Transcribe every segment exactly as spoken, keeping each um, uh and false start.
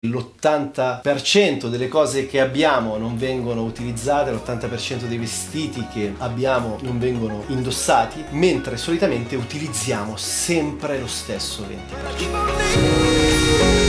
L'ottanta per cento delle cose che abbiamo non vengono utilizzate, l'ottanta per cento dei vestiti che abbiamo non vengono indossati, mentre solitamente utilizziamo sempre lo stesso venti per cento.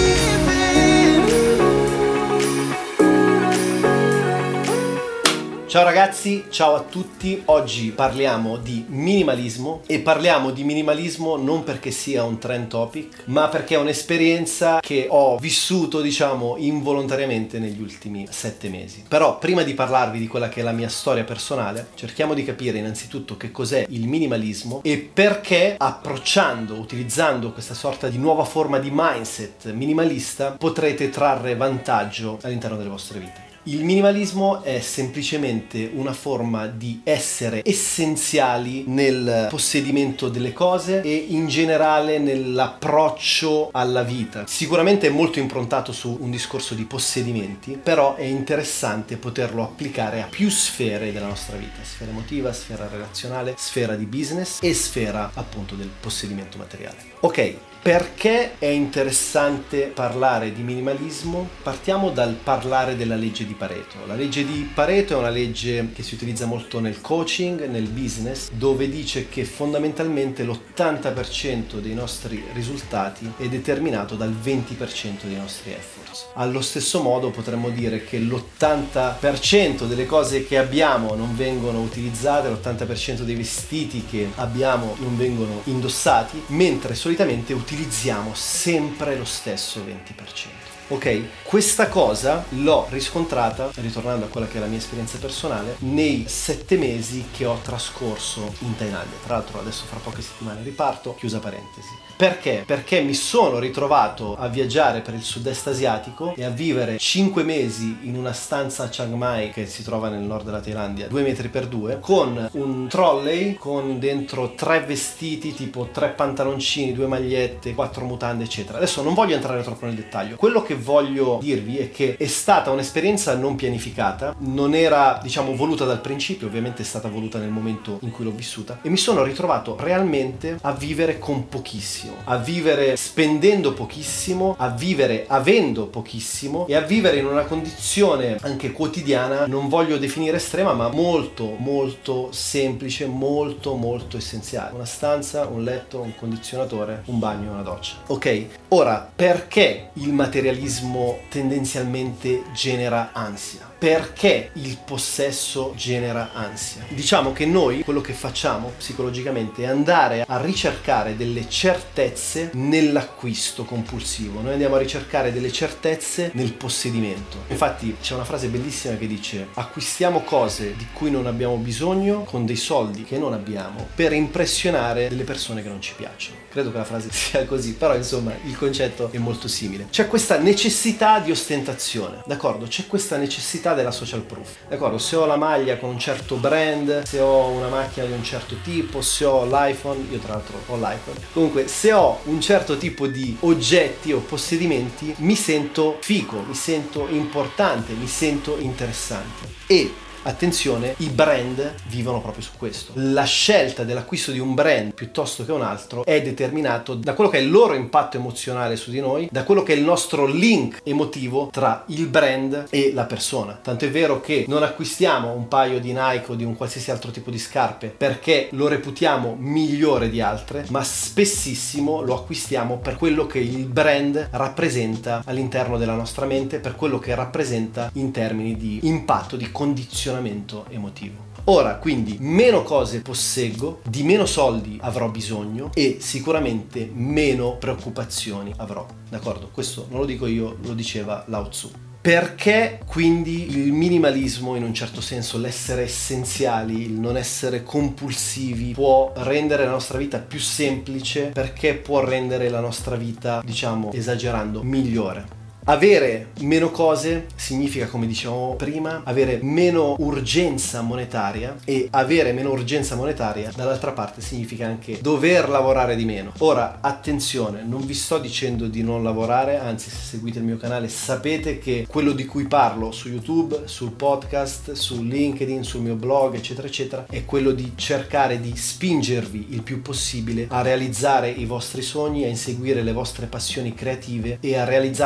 Ciao ragazzi, ciao a tutti. Oggi parliamo di minimalismo e parliamo di minimalismo non perché sia un trend topic, ma perché è un'esperienza che ho vissuto, diciamo, involontariamente negli ultimi sette mesi. Però prima di parlarvi di quella che è la mia storia personale, cerchiamo di capire innanzitutto che cos'è il minimalismo e perché approcciando, utilizzando questa sorta di nuova forma di mindset minimalista, potrete trarre vantaggio all'interno delle vostre vite. Il minimalismo è semplicemente una forma di essere essenziali nel possedimento delle cose e in generale nell'approccio alla vita. Sicuramente è molto improntato su un discorso di possedimenti, però è interessante poterlo applicare a più sfere della nostra vita: sfera emotiva, sfera relazionale, sfera di business e sfera appunto del possedimento materiale. Ok, perché è interessante parlare di minimalismo? Partiamo dal parlare della legge di Pareto. La legge di Pareto è una legge che si utilizza molto nel coaching, nel business, dove dice che fondamentalmente l'ottanta per cento dei nostri risultati è determinato dal venti per cento dei nostri efforts. Allo stesso modo potremmo dire che l'ottanta per cento delle cose che abbiamo non vengono utilizzate, l'ottanta per cento dei vestiti che abbiamo non vengono indossati, mentre solitamente utilizziamo sempre lo stesso venti per cento. Ok? Questa cosa l'ho riscontrata, ritornando a quella che è la mia esperienza personale, nei sette mesi che ho trascorso in Thailandia. Tra l'altro adesso fra poche settimane riparto, chiusa parentesi. Perché? Perché mi sono ritrovato a viaggiare per il sud-est asiatico e a vivere cinque mesi in una stanza a Chiang Mai, che si trova nel nord della Thailandia, due metri per due, con un trolley con dentro tre vestiti, tipo tre pantaloncini, due magliette, quattro mutande, eccetera. Adesso non voglio entrare troppo nel dettaglio. Quello che voglio dirvi è che è stata un'esperienza non pianificata, non era, diciamo, voluta dal principio, ovviamente è stata voluta nel momento in cui l'ho vissuta, e mi sono ritrovato realmente a vivere con pochissimo, a vivere spendendo pochissimo, a vivere avendo pochissimo e a vivere in una condizione anche quotidiana, non voglio definire estrema, ma molto molto semplice, molto molto essenziale: una stanza, un letto, un condizionatore, un bagno, una doccia. Ok? Ora, perché il materialismo tendenzialmente genera ansia? Perché il possesso genera ansia? Diciamo che noi quello che facciamo psicologicamente è andare a ricercare delle certezze nell'acquisto compulsivo. Noi andiamo a ricercare delle certezze nel possedimento. Infatti c'è una frase bellissima che dice: acquistiamo cose di cui non abbiamo bisogno con dei soldi che non abbiamo per impressionare delle persone che non ci piacciono. Credo che la frase sia così, però insomma il concetto è molto simile. C'è questa necessità di ostentazione, d'accordo? C'è questa necessità della social proof, d'accordo? Se ho la maglia con un certo brand, se ho una macchina di un certo tipo, se ho l'iPhone, io tra l'altro ho l'iPhone, comunque se ho un certo tipo di oggetti o possedimenti, mi sento figo, mi sento importante, mi sento interessante. E attenzione, i brand vivono proprio su questo. La scelta dell'acquisto di un brand piuttosto che un altro è determinato da quello che è il loro impatto emozionale su di noi, da quello che è il nostro link emotivo tra il brand e la persona. Tanto è vero che non acquistiamo un paio di Nike o di un qualsiasi altro tipo di scarpe perché lo reputiamo migliore di altre, ma spessissimo lo acquistiamo per quello che il brand rappresenta all'interno della nostra mente, per quello che rappresenta in termini di impatto, di condizionamento emotivo. Ora, quindi, meno cose posseggo, di meno soldi avrò bisogno e sicuramente meno preoccupazioni avrò. D'accordo? Questo non lo dico io, lo diceva Lao Tzu. Perché quindi il minimalismo, in un certo senso l'essere essenziali, il non essere compulsivi, può rendere la nostra vita più semplice? Perché può rendere la nostra vita, diciamo, esagerando, migliore? Avere meno cose significa, come dicevamo prima, avere meno urgenza monetaria, e avere meno urgenza monetaria dall'altra parte significa anche dover lavorare di meno. Ora, attenzione, non vi sto dicendo di non lavorare, anzi, se seguite il mio canale sapete che quello di cui parlo su YouTube, sul podcast, su LinkedIn, sul mio blog, eccetera eccetera, è quello di cercare di spingervi il più possibile a realizzare i vostri sogni, a inseguire le vostre passioni creative e a realizzarvi professionalmente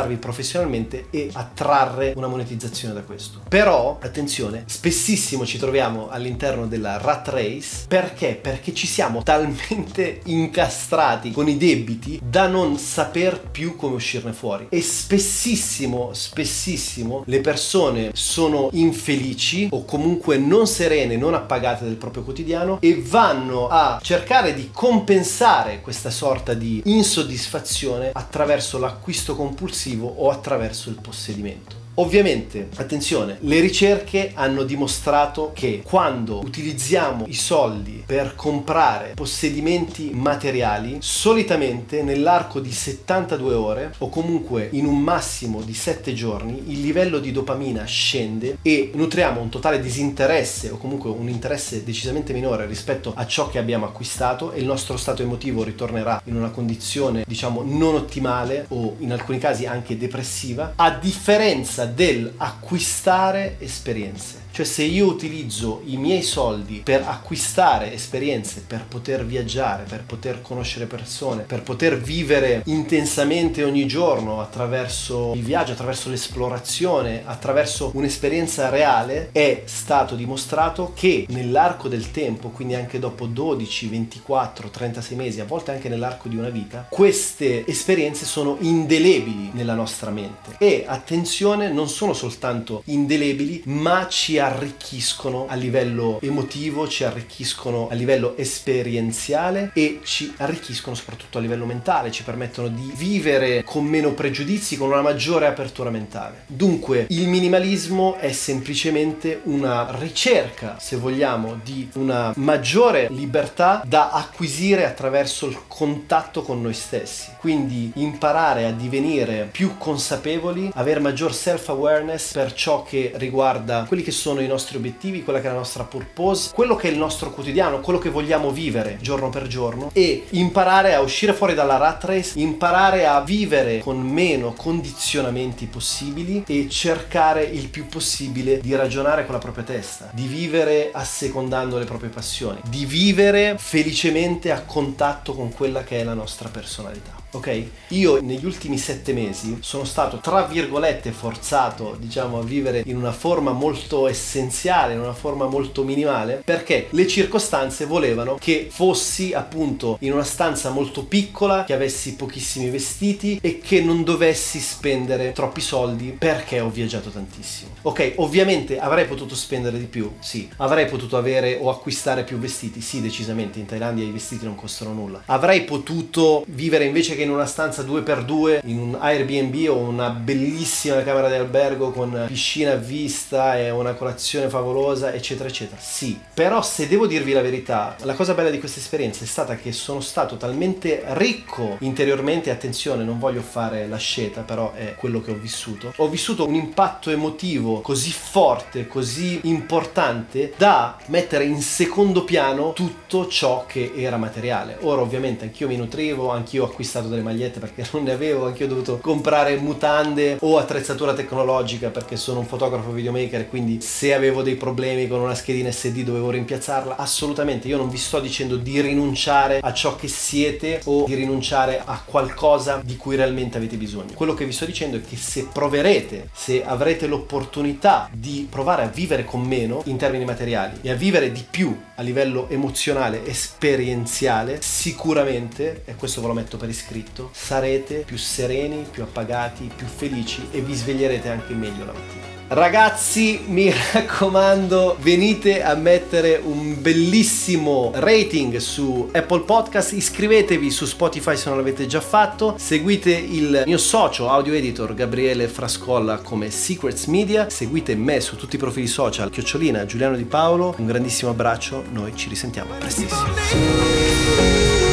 professionalmente e attrarre una monetizzazione da questo. Però, attenzione, spessissimo ci troviamo all'interno della rat race. Perché? Perché ci siamo talmente incastrati con i debiti da non saper più come uscirne fuori. E spessissimo, spessissimo le persone sono infelici o comunque non serene, non appagate del proprio quotidiano e vanno a cercare di compensare questa sorta di insoddisfazione attraverso l'acquisto compulsivo o attraverso il possedimento. Ovviamente, attenzione, le ricerche hanno dimostrato che quando utilizziamo i soldi per comprare possedimenti materiali, solitamente nell'arco di settantadue ore o comunque in un massimo di sette giorni il livello di dopamina scende e nutriamo un totale disinteresse o comunque un interesse decisamente minore rispetto a ciò che abbiamo acquistato e il nostro stato emotivo ritornerà in una condizione, diciamo, non ottimale o in alcuni casi anche depressiva, a differenza del acquistare esperienze. Cioè, se io utilizzo i miei soldi per acquistare esperienze, per poter viaggiare, per poter conoscere persone, per poter vivere intensamente ogni giorno attraverso il viaggio, attraverso l'esplorazione, attraverso un'esperienza reale, è stato dimostrato che nell'arco del tempo, quindi anche dopo dodici, ventiquattro, trentasei mesi, a volte anche nell'arco di una vita, queste esperienze sono indelebili nella nostra mente. E attenzione, non sono soltanto indelebili, ma ci arricchiscono a livello emotivo, ci arricchiscono a livello esperienziale e ci arricchiscono soprattutto a livello mentale, ci permettono di vivere con meno pregiudizi, con una maggiore apertura mentale. Dunque, il minimalismo è semplicemente una ricerca, se vogliamo, di una maggiore libertà da acquisire attraverso il contatto con noi stessi. Quindi imparare a divenire più consapevoli, avere maggior self-awareness per ciò che riguarda quelli che sono i nostri obiettivi, quella che è la nostra purpose, quello che è il nostro quotidiano, quello che vogliamo vivere giorno per giorno e imparare a uscire fuori dalla rat race, imparare a vivere con meno condizionamenti possibili e cercare il più possibile di ragionare con la propria testa, di vivere assecondando le proprie passioni, di vivere felicemente a contatto con quella che è la nostra personalità. Ok? Io negli ultimi sette mesi sono stato, tra virgolette, forzato, diciamo, a vivere in una forma molto essenziale, in una forma molto minimale, perché le circostanze volevano che fossi appunto in una stanza molto piccola, che avessi pochissimi vestiti e che non dovessi spendere troppi soldi perché ho viaggiato tantissimo. Ok, ovviamente avrei potuto spendere di più, sì. Avrei potuto avere o acquistare più vestiti, sì, decisamente. In Thailandia i vestiti non costano nulla. Avrei potuto vivere invece che in una stanza due per due in un Airbnb o una bellissima camera di albergo con piscina a vista e una colazione favolosa, eccetera eccetera. Sì, però se devo dirvi la verità, la cosa bella di questa esperienza è stata che sono stato talmente ricco interiormente. Attenzione, non voglio fare la sceta, però è quello che ho vissuto. Ho vissuto un impatto emotivo così forte, così importante da mettere in secondo piano tutto ciò che era materiale. Ora ovviamente anch'io mi nutrivo, anch'io ho acquistato delle magliette perché non ne avevo, anche io ho dovuto comprare mutande o attrezzatura tecnologica perché sono un fotografo videomaker e quindi se avevo dei problemi con una schedina S D dovevo rimpiazzarla. Assolutamente, io non vi sto dicendo di rinunciare a ciò che siete o di rinunciare a qualcosa di cui realmente avete bisogno. Quello che vi sto dicendo è che se proverete, se avrete l'opportunità di provare a vivere con meno in termini materiali e a vivere di più a livello emozionale, esperienziale, sicuramente, e questo ve lo metto per iscritto, sarete più sereni, più appagati, più felici e vi sveglierete anche meglio la mattina. Ragazzi, mi raccomando, venite a mettere un bellissimo rating su Apple Podcast, iscrivetevi su Spotify se non l'avete già fatto, seguite il mio socio audio editor Gabriele Frascolla come Secrets Media, seguite me su tutti i profili social, chiocciolina Giuliano Di Paolo. Un grandissimo abbraccio, noi ci risentiamo prestissimo.